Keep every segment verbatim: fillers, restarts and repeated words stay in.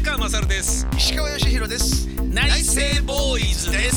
宮川勝です。 石川義弘です。 内政ボーイズです。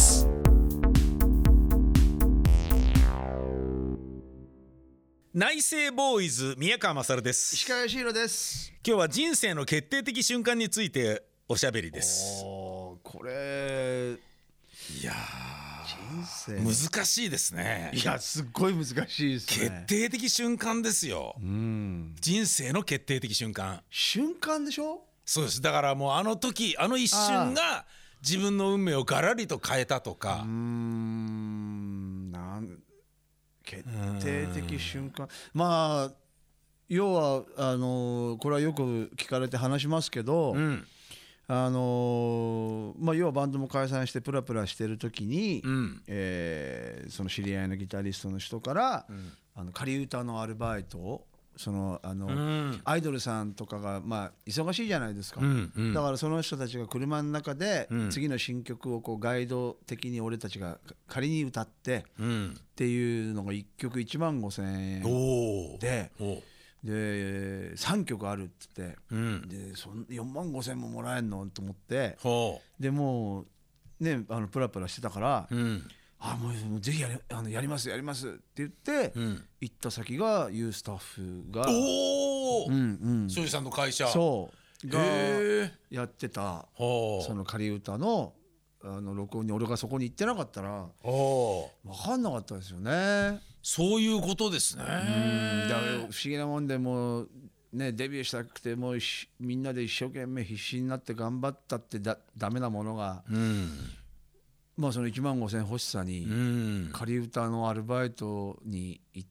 内政ボーイズ宮川勝です。 石川義弘です。 今日は人生の決定的瞬間についておしゃべりです。 おー、これいや人生難しいですね。 いやすっごい難しいですね。 決定的瞬間ですよ。 うん人生の決定的瞬間。 瞬間でしょ。 そうです。だからもうあの時あの一瞬が自分の運命をガラリと変えたとか。 うーんなん決定的瞬間、まあ要はあのこれはよく聞かれて話しますけど、 うん、 あのまあ要はバンドも解散してプラプラしてる時に、 うんえーその知り合いのギタリストの人から、 うん、 あの仮歌のアルバイトをそのあの、 うん、 アイドルさんとかがまあ忙しいじゃないですか、 うんうん、 だからその人たちが車の中で、 うん、 次の新曲をこうガイド的に俺たちが仮に歌って、 うん、 っていうのがいっきょくいちまんごせんえんおでおでさんきょくあるっつって、 うん、 でそんよんまんごせんももらえんのと思って、 ほでもうねあのプラプラしてたから、 う、うん、 あもうぜひやり、あのやりますやりますって言って、 うん、 行った先がユースタッフがおお、 うんうん庄司さんの会社そうがへやってたほうその仮歌のあの録音に俺がそこに行ってなかったらほう分かんなかったですよね。 そういうことですね。 うんだから不思議なもんでもうねデビューしたくてもうみんなで一生懸命必死になって頑張ったってだダメなものが、 うん、 まあそのいちまんごせん欲しさに、 うん、 仮歌のアルバイトに行って、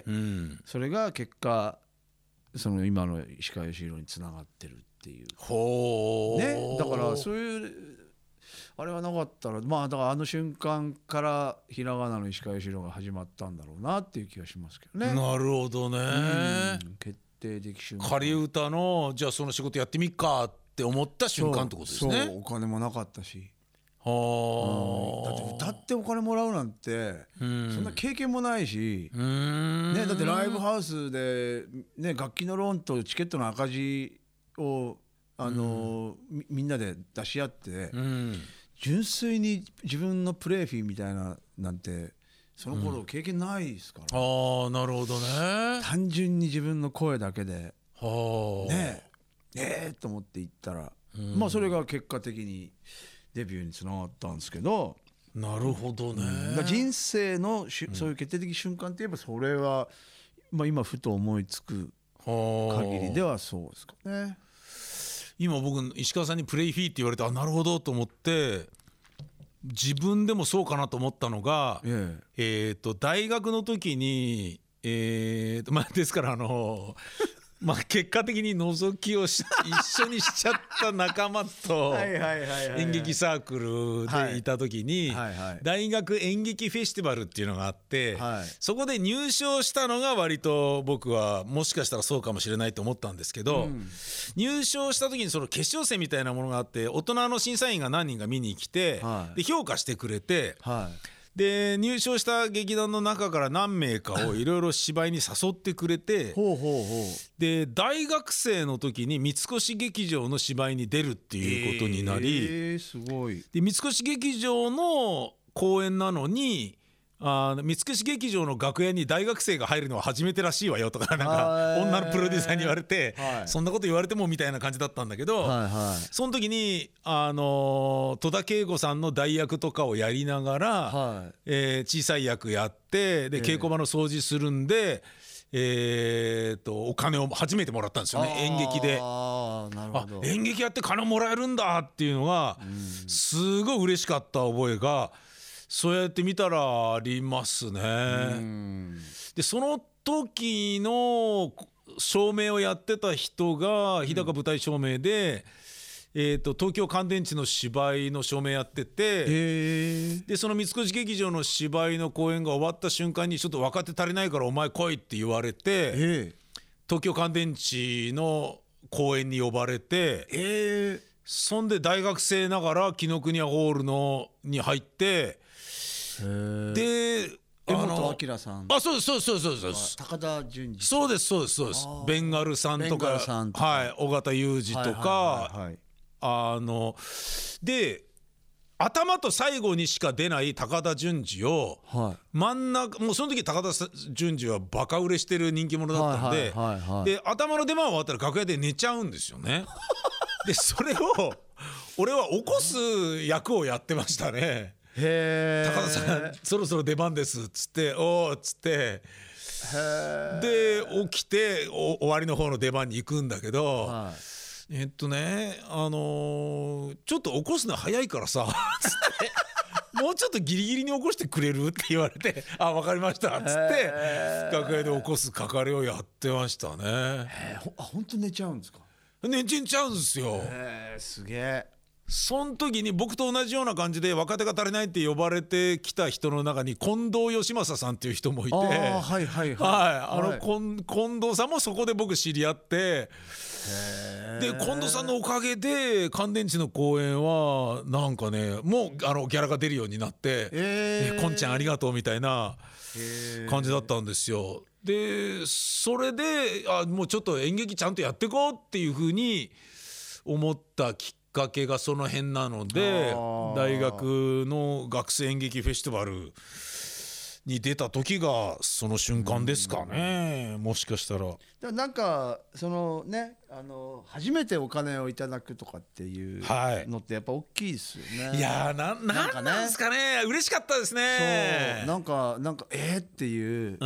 うん、 それが結果その今の石川義弘につながってるっていうほう、 ね、だからそういうあれはなかったらまあだからあの瞬間からひらがなの石川義弘が始まったんだろうなっていう気がしますけどね。 なるほどね。 決定的瞬間。 仮歌のじゃあその仕事やってみっかって思った瞬間ってことですね。 そうそうお金もなかったし、 はだって歌ってお金もらうなんて、 うん、 そんな経験もないし、 うんね、だってライブハウスで、ね、楽器のローンとチケットの赤字をあの、うん、み, みんなで出し合って、 うん、 純粋に自分のプレーフィーみたいななんてその頃経験ないですから、 うん、ああなるほどね。 単純に自分の声だけではあねええー、と思って行ったら、うん、まあそれが結果的にデビューにつながったんですけど。 なるほどね、 うん、人生のし、うん、そういう決定的瞬間って言えばそれは、まあ、今ふと思いつく限りではそうですかね。 今僕石川さんにプレイフィーって言われてあなるほどと思って自分でもそうかなと思ったのが、えええー、と大学の時に、えーとまあ、ですからあのまあ結果的に覗きをし一緒にしちゃった仲間と演劇サークルでいた時に大学演劇フェスティバルっていうのがあって、はい、そこで入賞したのが割と僕はもしかしたらそうかもしれないと思ったんですけど、うん、入賞した時にその決勝戦みたいなものがあって大人の審査員が何人か見に来て、はい、で評価してくれて、はいで入賞した劇団の中から何名かをいろいろ芝居に誘ってくれてほうほうほうで大学生の時に三越劇場の芝居に出るっていうことになり、 えー、すごいで三越劇場の公演なのにあ三越劇場の楽屋に大学生が入るのは初めてらしいわよとかなんか女のプロデューサーに言われて、はい、そんなこと言われてもみたいな感じだったんだけど、はいはい、その時にあの戸田恵子さんの代役とかをやりながら、はいえー、小さい役やってで稽古場の掃除するんで、えー、とお金を初めてもらったんですよね演劇で。 あなるほど。 あ演劇やって金もらえるんだっていうのがすごい嬉しかった覚えがそうやって見たらありますね。うんでその時の照明をやってた人が日高舞台照明で、うんえー、と東京乾電池の芝居の照明やっててでその三越劇場の芝居の公演が終わった瞬間にちょっと若手足りないからお前来いって言われて東京乾電池の公演に呼ばれてえそんで大学生ながら紀ノ国屋ホールのに入ってで江本明さんあそうですそうですそうですそうです高田純次そうですそうですそうですベンガルさんとかはい尾形裕二とかあので頭と最後にしか出ない高田純次を、はい、真ん中もうその時高田純次はバカ売れしてる人気者だったんで、はいはいはいはい、で頭の出番終わったら楽屋で寝ちゃうんですよねでそれを俺は起こす役をやってましたね。へ高田さんそろそろ出番ですっつっておーっつってで起きてお終わりの方の出番に行くんだけど、はい、えっとねあのー、ちょっと起こすの早いからさつってもうちょっとギリギリに起こしてくれるって言われてあ分かりましたっつって楽屋で起こす係をやってましたね。 へほあ本当寝ちゃうんですか？ 寝ちゃうんですよ。 へすげえ。 その時に僕と同じような感じで若手が足りないって呼ばれてきた人の中に近藤義正さんっていう人もいて、あ、 はいはいはい、 あの、はい、近藤さんもそこで僕知り合って、で近藤さんのおかげで乾電池の公演はなんかねもうあのギャラが出るようになって、えー、こんちゃんありがとうみたいな感じだったんですよ。でそれであもうちょっと演劇ちゃんとやっていこうっていうふうに思ったきっかけきっかけがその辺なので大学の学生演劇フェスティバルに出た時がその瞬間ですかね、もしかしたら。 なんかそのねあの初めてお金をいただくとかっていうのってやっぱ大きいですよね、 はい、いやー な, なんなんですかね嬉しかったですね。 そうなんかなんかえーっていう、うん、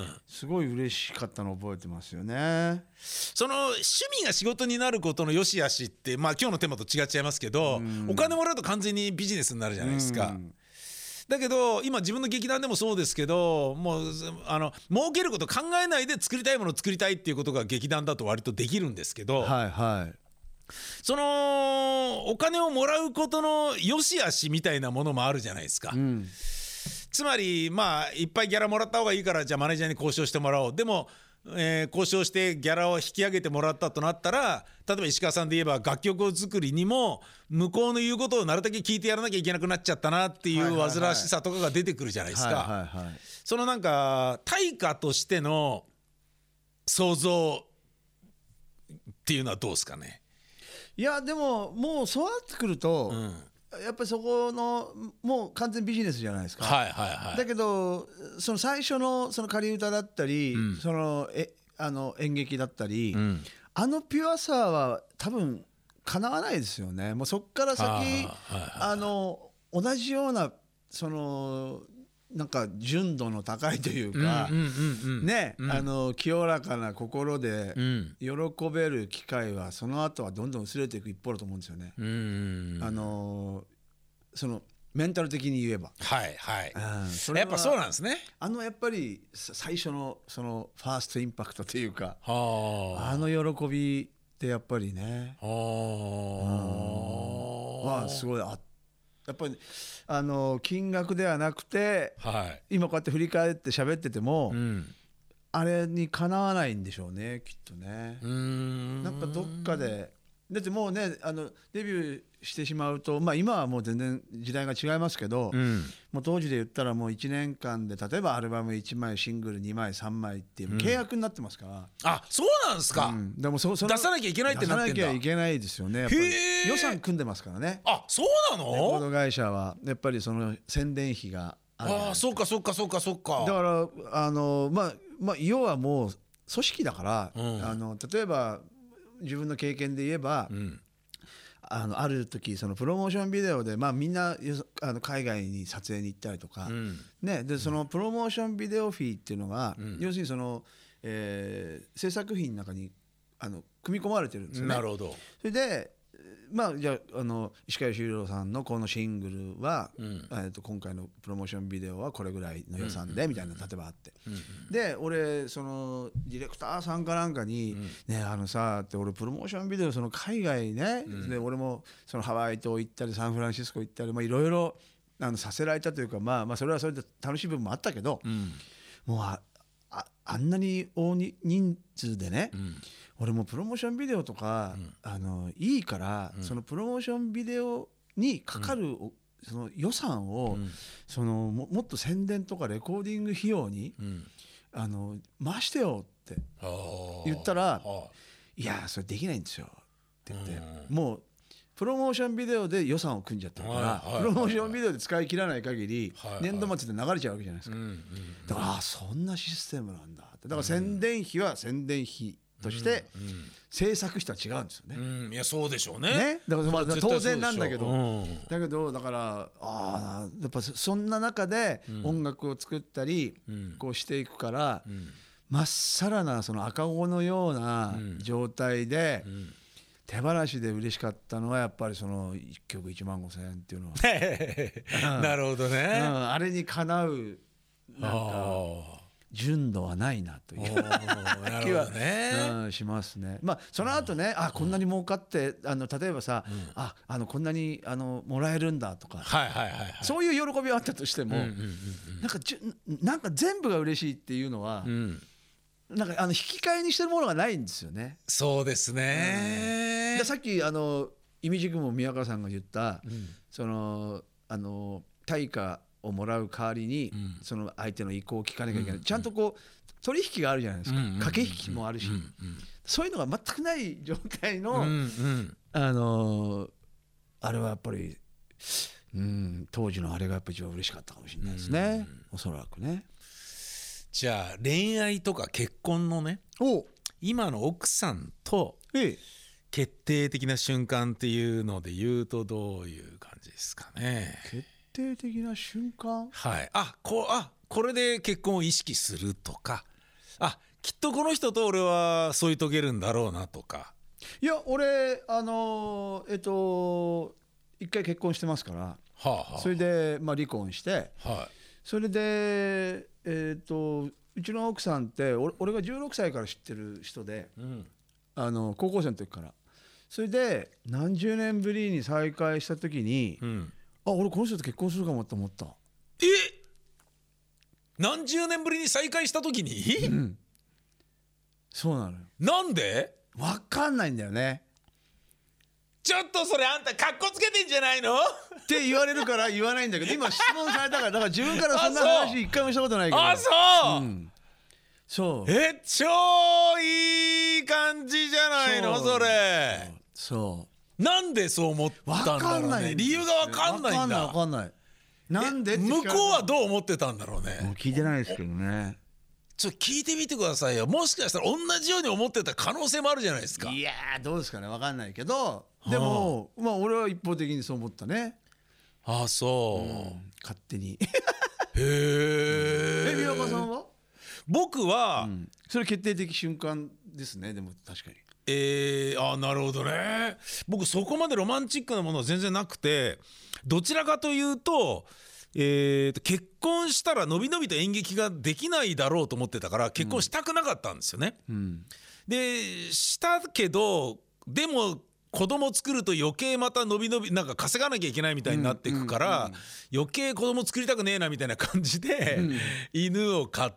すごい嬉しかったの覚えてますよね。 その趣味が仕事になることの良し悪しってまあ今日のテーマと違っちゃいますけど、うん、お金もらうと完全にビジネスになるじゃないですか、うんだけど今自分の劇団でもそうですけどもうあの儲けること考えないで作りたいものを作りたいっていうことが劇団だと割とできるんですけど、はいはい、そのお金をもらうことの良し悪しみたいなものもあるじゃないですか、うん、つまりまあいっぱいギャラもらった方がいいからじゃあマネージャーに交渉してもらおうでもえー、交渉してギャラを引き上げてもらったとなったら例えば石川さんで言えば楽曲作りにも向こうの言うことをなるだけ聞いてやらなきゃいけなくなっちゃったなっていう煩わしさとかが出てくるじゃないですか。そのなんか対価としての想像っていうのはどうですかね。 いやでももうそうなってくると、うんやっぱりそこのもう完全ビジネスじゃないですか、はいはいはい、だけどその最初のその仮歌だったり、うん、そのえあの演劇だったり、うん、あのピュアさは多分かなわないですよね。もうそっから先、はいはいはい、あの同じようなそのなんか純度の高いというか、うんうんうんうん、ね、うん、あの清らかな心で喜べる機会はその後はどんどん薄れていく一方だと思うんですよね、うんうんうん、あのそのメンタル的に言えばはいはい、うん、それはやっぱそうなんですね。 あのやっぱり最初のそのファーストインパクトというかあの喜びってやっぱりねは、うん、はすごいあってやっぱりあの金額ではなくて、はい、今こうやって振り返って喋ってても、うん、あれにかなわないんでしょうねきっとね。うーんなんかどっかでだってもうねあのデビューしてしまうと、まあ、今はもう全然時代が違いますけど、うん、もう当時で言ったらもういちねんかんで例えばアルバムいちまいシングルにまいさんまいっていう契約になってますから、うん、 あそうなんですか、うん、 でもそそ出さなきゃいけないってなってんだ。 出さなきゃいけないですよねやっぱり予算組んでますからね。 あそうなの。 レコード会社はやっぱりその宣伝費がある。 あそうかそうかそうかそうか。 だからあの、まあまあ、要はもう組織だから、うん、あの例えば自分の経験で言えば、うんあのある時そのプロモーションビデオで、まあ、みんなあの海外に撮影に行ったりとか、うんね、でそのプロモーションビデオフィーっていうのが、うん、要するにその、えー、制作費の中にあの組み込まれてるんですよね。 なるほど。 それでまあ、じゃあ、あの石川修郎さんのこのシングルは、うんえー、と今回のプロモーションビデオはこれぐらいの予算でみたいな例えばあって、うんうん、で俺そのディレクターさんかなんかに、うん、ねあのさって俺プロモーションビデオその海外ね、うん、で俺もそのハワイ島行ったりサンフランシスコ行ったりいろいろさせられたというか、まあ、まあそれはそれで楽しい部分もあったけど、うん、もう あ, あ, あんなに大に人数でね、うん俺もプロモーションビデオとか、うん、あのいいから、うん、そのプロモーションビデオにかかる、うん、その予算を、うん、その も, もっと宣伝とかレコーディング費用に、うん、あの回してよって言ったらいやそれできないんですよって言って、うん、もうプロモーションビデオで予算を組んじゃってるから、はいはいはいはい、プロモーションビデオで使い切らない限り、はいはい、年度末で流れちゃうわけじゃないですか、うんうんうん、だからあそんなシステムなんだって。だから宣伝費は宣伝費として、うんうん、制作費とは違うんですよね、 うん、いやそうでしょうね。 ねだからまあ当然なんだけど、うん、だけどだからあやっぱそんな中で音楽を作ったり、うん、こうしていくから、うん、まっさらなその赤子のような状態で、うんうん、手放しで嬉しかったのはやっぱりそのいっきょくいちまんごせんえんっていうのは、 うん、なるほどね、 うん、あれにかなうなんか純度はないなという気は、ねうん、しますね。まあその後ね、あこんなに儲かってあの例えばさ、うん、ああのこんなにあのもらえるんだとか、はいはいはいはい、そういう喜びはあったとしても、うんうんうんうん、なんかじゅなんか全部が嬉しいっていうのは、うん、なんかあの引き換えにしてるものがないんですよね。 そうですね、 うん、でさっきあのいみじくも宮川さんが言った、うん、そのあの対価をもらう代わりに、うん、その相手の意向を聞かなきゃいけない、うん、ちゃんとこう取引があるじゃないですか、うん、駆け引きもあるし、うんうん、そういうのが全くない状態の、うんうん、あのー、あれはやっぱり、うん、当時のあれがやっぱり一番嬉しかったかもしれないですね、うんうん、おそらくね。 じゃあ恋愛とか結婚のね、お今の奥さんと決定的な瞬間っていうので言うとどういう感じですかね。 決定的な瞬間、 はい、あこあこれで結婚を意識するとか、あきっとこの人と俺は添い遂げるんだろうなとか。 いや俺あのえっと一回結婚してますから、はあはあ、それで、まあ、離婚して、はい、それでえっとうちの奥さんって俺、俺がじゅうろくさいから知ってる人で、うん、あの高校生の時から、それで何十年ぶりに再会した時に、うん、あ俺この人と結婚するかもと思った。 え何十年ぶりに再会した時に、うん、 そうなのよ。 なんで分かんないんだよね。 ちょっとそれあんたカッコつけてんじゃないのって言われるから言わないんだけど、今質問されたから、だから自分からそんな話一回もしたことないけど。 あそう、うん、そうえ超いい感じじゃないのそれ。 そうなんでそう思ったんだろうね。理由が分かんないんだ。 分かんない分かんない。なんでって向こうはどう思ってたんだろうね。 もう聞いてないですけどね。 ちょっと聞いてみてくださいよ。もしかしたら同じように思ってた可能性もあるじゃないですか。 いやーどうですかね、分かんないけど、でも、はあ、まあ俺は一方的にそう思ったね。 ああそう、うん、 勝手にへえ。 え宮川さんは？ 僕は、うん、 それ決定的瞬間ですね。でも確かにえー、あなるほどね。僕そこまでロマンチックなものは全然なくて、どちらかというと、えー、と結婚したらのびのびと演劇ができないだろうと思ってたから結婚したくなかったんですよね、うん、でしたけどでも子供作ると余計またのびのびなんか稼がなきゃいけないみたいになっていくから、うんうんうん、余計子供作りたくねえなみたいな感じで、うん、犬を飼って、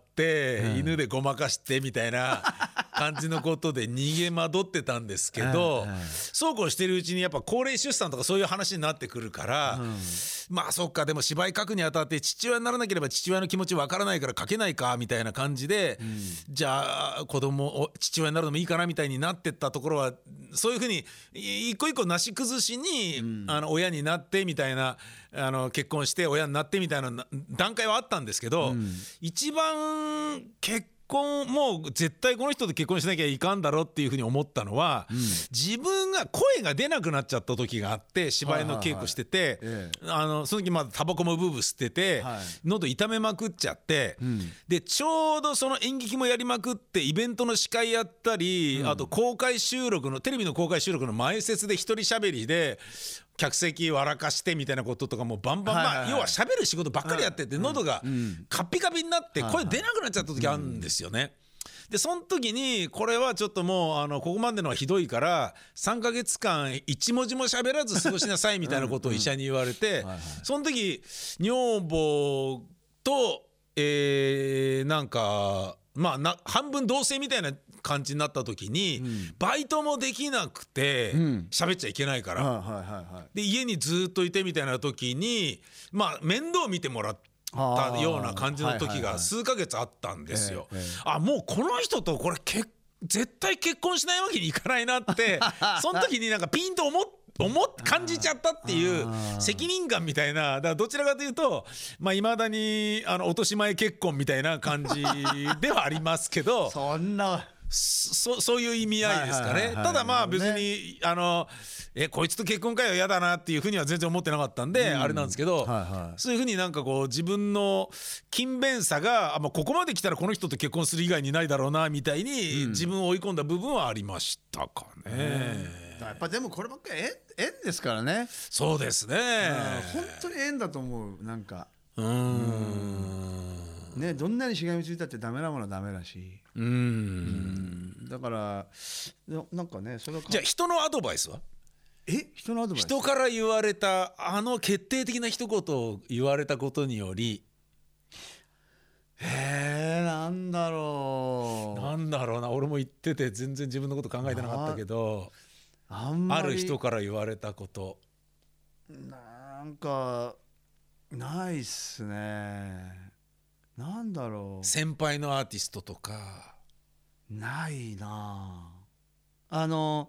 うん、犬でごまかしてみたいな感じのことで逃げ惑ってたんですけど、そうこうしてるうちにやっぱ高齢出産とかそういう話になってくるから、うん、まあそっかでも芝居書くにあたって父親にならなければ父親の気持ちわからないから書けないかみたいな感じで、うん、じゃあ子供父親になるのもいいかなみたいになってったところはそういうふうに一個一個なし崩しに、うん、あの親になってみたいなあの結婚して親になってみたいな段階はあったんですけど、うん、一番結婚もう絶対この人と結婚しなきゃいかんだろうっていうふうに思ったのは、うん、自分が声が出なくなっちゃった時があって、芝居の稽古してて、はいはいはい、あのその時まだタバコもブーブー吸ってて、はい、喉痛めまくっちゃって、うん、でちょうどその演劇もやりまくってイベントの司会やったり、うん、あと公開収録のテレビの公開収録の前説で一人喋りで客席笑かしてみたいなこととかもバンバン、はいはいはい、まあ、要は喋る仕事ばっかりやってて、喉がカッピカピになって声出なくなっちゃった時あるんですよね。でその時にこれはちょっともうあのここまでのはひどいからさんかげつかん一文字も喋らず過ごしなさいみたいなことを医者に言われて、その時女房と、えー、なんかまあな半分同棲みたいな感じになった時に、うん、バイトもできなくて喋、うん、っちゃいけないから、はいはいはいはい、で家にずっといてみたいな時にまあ面倒見てもらったような感じの時が数ヶ月あったんですよ、はいはいはい、あもうこの人とこれ結絶対結婚しないわけにいかないなってその時になんかピンと思思っ感じちゃったっていう責任感みたいな、だからどちらかというとまあ未だにあの落とし前結婚みたいな感じではありますけどそんなそ, そういう意味合いですかね。ただまあ別にあのえこいつと結婚かよ嫌だなっていうふうには全然思ってなかったんで、あれなんですけど、そういうふうになんかこう自分の勤勉さが、まあ、ここまで来たらこの人と結婚する以外にないだろうなみたいに自分を追い込んだ部分はありましたかね。 やっぱでもこればっかり縁縁ですからね。 そうですね、 本当に縁だと思う。なんかうーんね、どんなにしがみついたってダメなものはダメだし、 うーんだからなんかね、それはじゃあ人のアドバイスはえ人のアドバイス人から言われたあの決定的な一言を言われたことにより、 へえなんだろうなんだろうな、俺も言ってて全然自分のこと考えてなかったけど、 あんまりある人から言われたこと、 なんかないっすね。なんだろう、 先輩のアーティストとかないなあの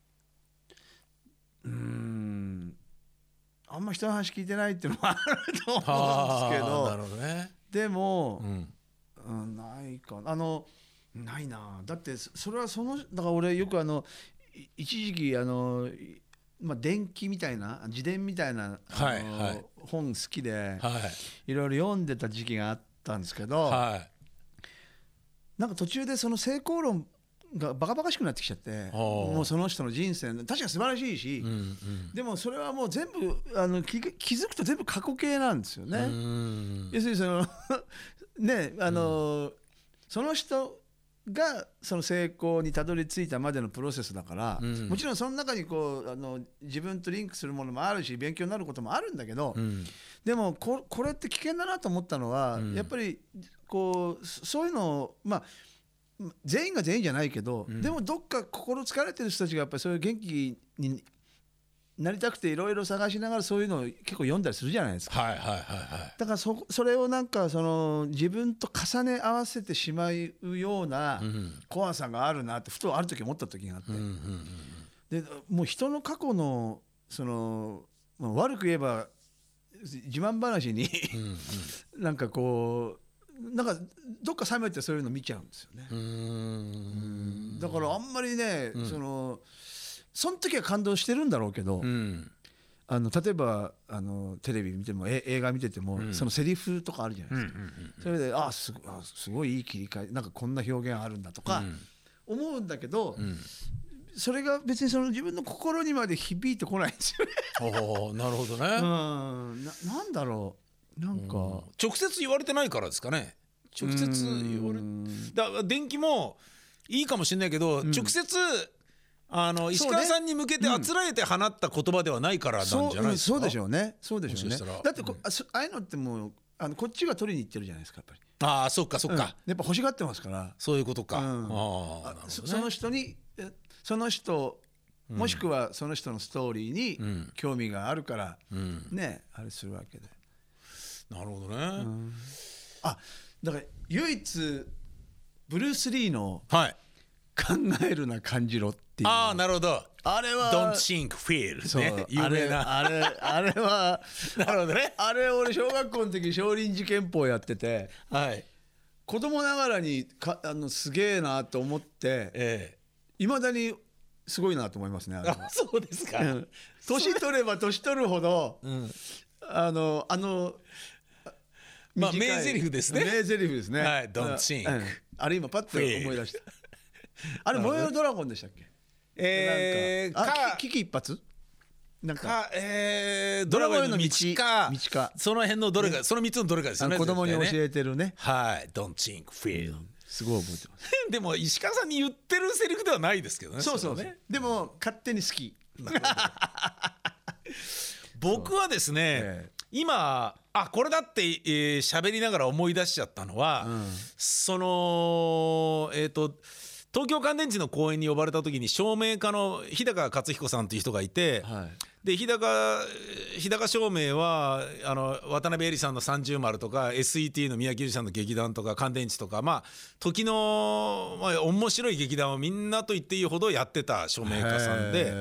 うーんあんま人の話聞いてないっていうのもあると思うんですけど、 なるほどね。 でも、 うんうん、ないかなあのないな。だってそれはそのだから俺よくあの一時期あのまあ伝記みたいな自伝みたいな、 はいあのはい、 本好きで、 はい、 いろいろ読んでた時期があったんですけど、 はい、 なんか途中でその成功論がバカバカしくなってきちゃって、もうその人の人生確かに素晴らしいし、 うんうん、 でもそれはもう全部あの 気, 気づくと全部過去形なんですよね。 うん要するにそのねあの、うん、その人がその成功にたどり着いたまでのプロセスだから、うん、もちろんその中にこうあの自分とリンクするものもあるし勉強になることもあるんだけど、うん、でも こ, これって危険だなと思ったのは、うん、やっぱりこうそういうのをまあ全員が全員じゃないけど、うん、でもどっか心疲れてる人たちがやっぱりそういう元気になりたくていろいろ探しながらそういうのを結構読んだりするじゃないですか、 はいはいはいはい、 だから そ, それをなんかその自分と重ね合わせてしまうような怖さがあるなってふとある時思った時があって、うんうんうん、でもう人の過去のその、まあ、悪く言えば自慢話にうん、うん、なんかこうなんかどっか冷めてそういうの見ちゃうんですよね。うーんだからあんまりね、うん、そのその時は感動してるんだろうけど、うん、あの例えばあのテレビ見ても映画見てても、うん、そのセリフとかあるじゃないですか、うんうんうんうん、それであ す, あすごいいい切り替えなんかこんな表現あるんだとか思うんだけど、うん、それが別にその自分の心にまで響いてこないんですよね。 おなるほどね、 うん、な, なんだろうなんか、うん、 直接言われてないからですかね。直接言われだから電気もいいかもしれないけど、うん、直接あの石川さんに向けてあつらえて放った言葉ではないからなんじゃないですか。そう、うん、そうでしょうね。そうでしょうね。だってこ、うん、あ, ああいうのってもうあのこっちが取りに行ってるじゃないですかやっぱり。 ああそっかそっか、うん、 やっぱ欲しがってますから。そういうことか、うんああね、そ, その人にその人もしくはその人のストーリーに興味があるから、うん、ねあれするわけで。 なるほどね、うん、 あだから唯一ブルース・リーの考えるな感じろっていう、 ああなるほどあれは Don't think feel ね有名なあれあれあれはなるほどねあれ俺小学校の時少林寺拳法やってて、 はい、 子供ながらにかあのすげえなと思っていま、ええ、だにすごいなと思いますね。あれはあそうですか、うん、 年取れば年取るほど、うん、あのあのまあ名台詞ですね。 名台詞ですね。 はい、Don't think、うん。 あれ今パッと思い出した。あれ燃えるドラゴンでしたっけ？ えー、 なんかか危機一髪？なんかかえー、ドラゴンへの道か道かその辺のどれか、ね、その三つのどれかですよね。 子供に教えてるね。 はい、Don't think feel、うん。すごい覚えてます。 でも石川さんに言ってるセリフではないですけどね。 そうそうそうね。でも勝手に好き。 僕はですね、えー、今あこれだって喋、えー、りながら思い出しちゃったのは、うん、そのえっ、ー、と東京乾電池の公演に呼ばれた時に照明家の日高克彦さんという人がいて、はい、で日高日高照明はあの渡辺恵里さんのさんじゅう丸とか エスイーティー の宮城さんの劇団とか乾電池とかまあ時の、まあ、面白い劇団をみんなと言っていいほどやってた照明家さんで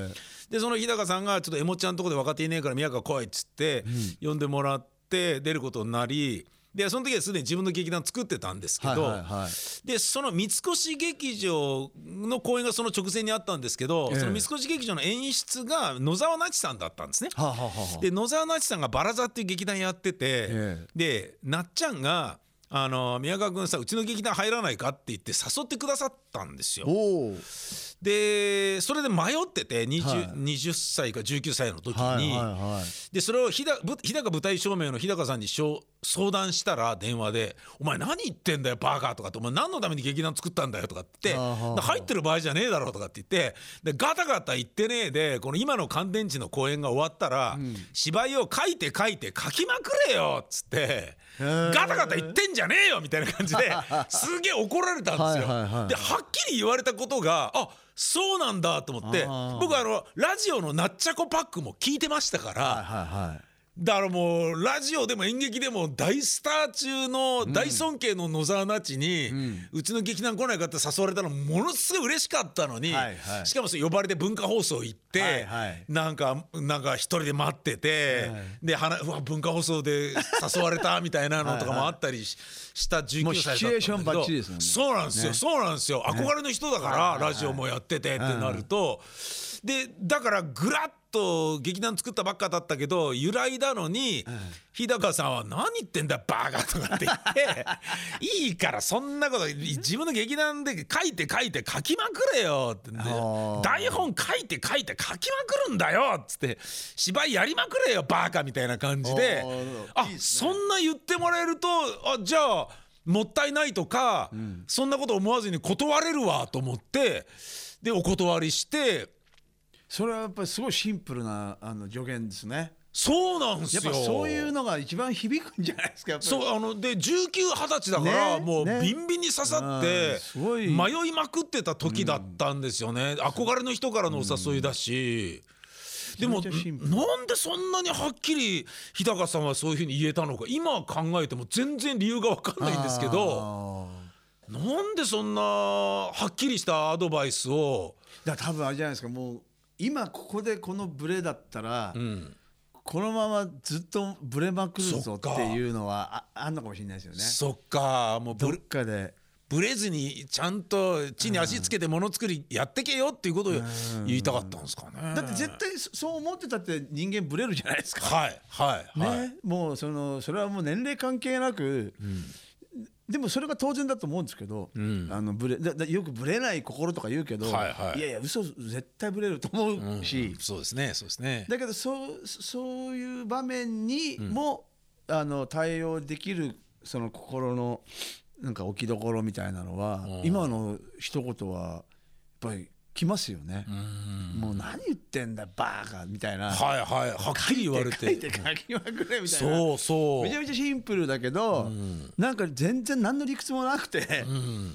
でその日高さんがちょっとエモちゃんのとこで若手いねえから宮川来いっつって、うん、呼んでもらって出ることになり、でその時はすでに自分の劇団作ってたんですけど、はいはいはい、でその三越劇場の公演がその直前にあったんですけど、えー、その三越劇場の演出が野沢那智さんだったんですね、はあはあはあ、で野沢那智さんがバラ座っていう劇団やってて、えー、でなっちゃんがあの宮川君さうちの劇団入らないかって言って誘ってくださったんですよ。でそれで迷ってて 20,、はい、にじゅっさいかじゅうきゅうさいの時に、はいはいはい、でそれを日高舞台照明の日高さんに相談したら電話で「お前何言ってんだよバカ」とかって「お前何のために劇団作ったんだよ」とかって言って入ってる場合じゃねえだろうとかって言ってでガタガタ言ってねえでこの今の乾電池の公演が終わったら、うん、芝居を書いて書いて書きまくれよっつってガタガタ言ってんじゃねえよみたいな感じですげえ怒られたんですよ。はいはいはい、ではっきり言われたことがあそうなんだと思って僕あのラジオのなっちゃこパックも聞いてましたから、はいはいはい、だからもうラジオでも演劇でも大スター中の大尊敬の野沢那智に、うん、うちの劇団来ないかって誘われたのものすごい嬉しかったのに、はいはい、しかもそれ呼ばれて文化放送行って、はいはい、なんかなんか一人で待ってて、はい、でうわ文化放送で誘われたみたいなのとかもあったりしたじゅうきゅうさいだったんだけど、もうシチュエーションバッチリですもんね。そうなんですよ、ね、そうなんですよ、憧れの人だから、ね、ラジオもやっててってなると、でだからグラッと劇団作ったばっかだったけど揺らいだのに、うん、日高さんは何言ってんだバカとかって言っていいからそんなこと自分の劇団で書いて書いて書きまくれよって、ね、台本書いて書いて書きまくるんだよっつって芝居やりまくれよバカみたいな感じで、あいいですね、そんな言ってもらえるとあじゃあもったいないとか、うん、そんなこと思わずに断れるわと思ってでお断りして。 それはやっぱりすごいシンプルなあの助言ですね。 そうなんですよ。 やっぱそういうのが一番響くんじゃないですか。やっぱりそうあのでじゅうきゅう、はたちだから、ね、もうビンビンに刺さって、ね、迷いまくってた時だったんですよね、うん、憧れの人からのお誘いだし、うん、でもなんでそんなにはっきり日高さんはそういうふうに言えたのか今考えても全然理由が分かんないんですけど、なんでそんなはっきりしたアドバイスを。 だから多分あれじゃないですか、もう今ここでこのブレだったら、うん、このままずっとブレまくるぞっていうのは あ, あんのかもしれないですよね。 そっか、もうどっかでブレずにちゃんと地に足つけてものづくりやってけよっていうことを言いたかったんですかね。 だって絶対そう思ってたって人間ブレるじゃないですか。 はいはいはい、 ね、もうそのそれはもう年齢関係なく、うん、でもそれが当然だと思うんですけど、うん、あのブレだだよくブレない心とか言うけど、はいはい、いやいや嘘絶対ブレると思うし、うんうん、 そうですねそうですね。 だけどそうそういう場面にも、うん、あの対応できるその心のなんか置きどころみたいなのは、うん、今の一言はやっぱりきますよね。うんもう何言ってんだバーカみたいな、 はいはいはっきり言われて書いて書きまくれみたいな、 そうそうめちゃめちゃシンプルだけど、うん、なんか全然何の理屈もなくて、うん、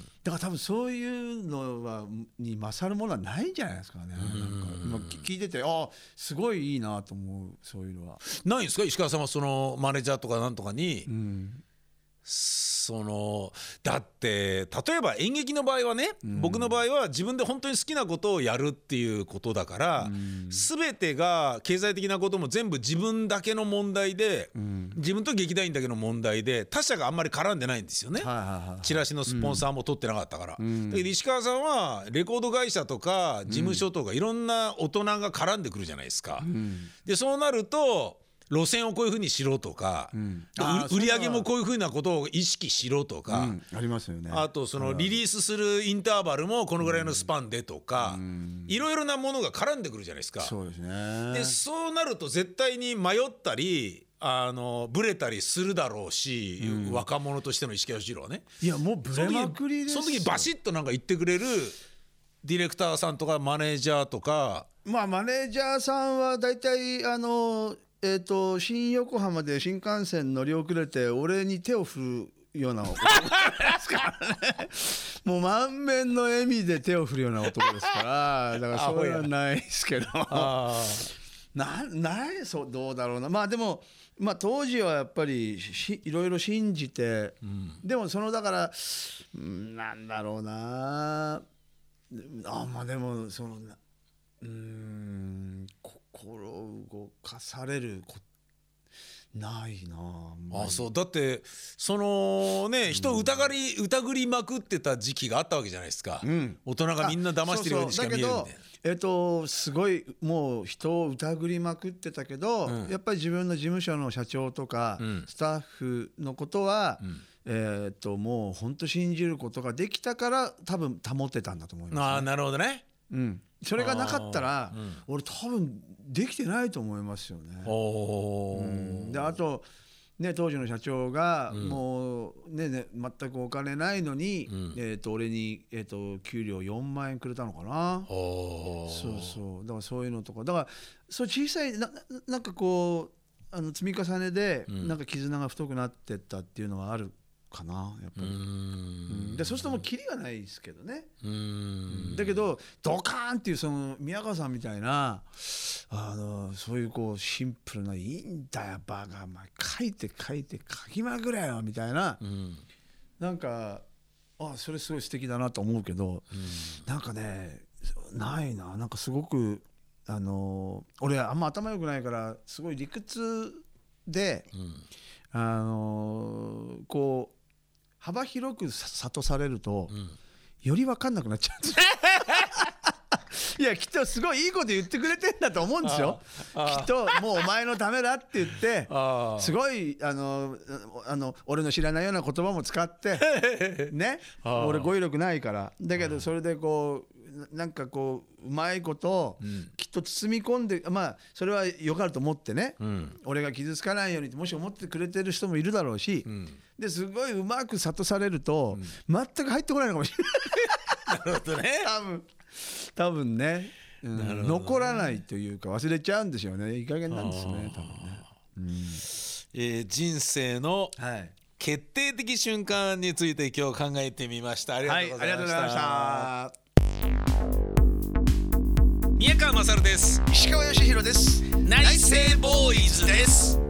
だから多分そういうのはに勝るものはないんじゃないですかね。うん、なんか今聞いててあすごいいいなと思う。そういうのはないんですか石川さんはそのマネージャーとかなんとかに、うんそのだって例えば演劇の場合はね、うん、僕の場合は自分で本当に好きなことをやるっていうことだから、うん、全てが経済的なことも全部自分だけの問題で、うん、自分と劇団員だけの問題で他者があんまり絡んでないんですよね、はいはいはい、チラシのスポンサーも取ってなかったから、うん、だけど石川さんはレコード会社とか事務所とかいろんな大人が絡んでくるじゃないですか、うん、でそうなると路線をこういうふうにしろとか、うん、売り上げもこういうふうなことを意識しろとか、うん、 ありますよね。 あとそのリリースするインターバルもこのぐらいのスパンでとか、うん、いろいろなものが絡んでくるじゃないですか。 そうですね。 でそうなると絶対に迷ったりあのブレたりするだろうし、うん、若者としての石川義郎はね。 いやもうブレまくりですよ。 その時バシッとなんか言ってくれるディレクターさんとかマネージャーとか、 まあマネージャーさんはだいたいあのえー、と新横浜で新幹線乗り遅れて俺に手を振るような男ですからねもう満面の笑みで手を振るような男ですからだからそれはないですけどなないそうどうだろうな。まあでも、まあ、当時はやっぱりしいろいろ信じて、うん、でもそのだからなんだろうなあまあでもそのうーんこう課されるこないなあ。 ああそうだってそのね人を疑り、うん、疑りまくってた時期があったわけじゃないですか、うん、大人がみんな騙してるようにしか見えるみたいな。 そうそうだけどえっとすごいもう人を疑りまくってたけど、うん、やっぱり自分の事務所の社長とか、うん、スタッフのことは、うん、えっともう本当信じることができたから多分保ってたんだと思います、ね、 ああなるほどね、 うん、それがなかったら、うん、俺多分できてないと思いますよね。お、うん、であとね、当時の社長がもう、ねね、全くお金ないのに、うん、えー、と俺に、えー、と給料よんまんえんくれたのかな。そうそうだからそういうのとかだからそう小さい な, なんかこうあの積み重ねで、うん、なんか絆が太くなってったっていうのはあるかなやっぱり。うーん、うん、でそうするともうキリがないですけどね。うーん、だけどドカーンっていうその宮川さんみたいなあのそういうこうシンプルないいんだよバカ、まあ、書いて書いて書きまくれよみたいな、うん、なんかあそれすごい素敵だなと思うけど、うん、なんかねないな。なんかすごくあの俺あんま頭良くないからすごい理屈で、うん、あのこう幅広く諭されると、うん、より分かんなくなっちゃうんですよいやきっとすごいいいこと言ってくれてんだと思うんですよ。きっともうお前のためだって言ってすごいあのあの俺の知らないような言葉も使ってね俺語彙力ないからだけどそれでこうなんかこううまいこときっと包み込んで、まあそれはよかると思ってね、うん、俺が傷つかないようにってもし思ってくれてる人もいるだろうし、うん、ですごいうまく諭されると、うん、全く入ってこないのかもしれないなるほどね多分多分ね、うん、ね残らないというか忘れちゃうんでしょうね。いい加減なんですね多分ね、うん、 えー、人生の決定的瞬間について今日考えてみました。ありがとうございました、はい、ありがとうございました。宮川勝です。 石川義弘です。 内政ボーイズです。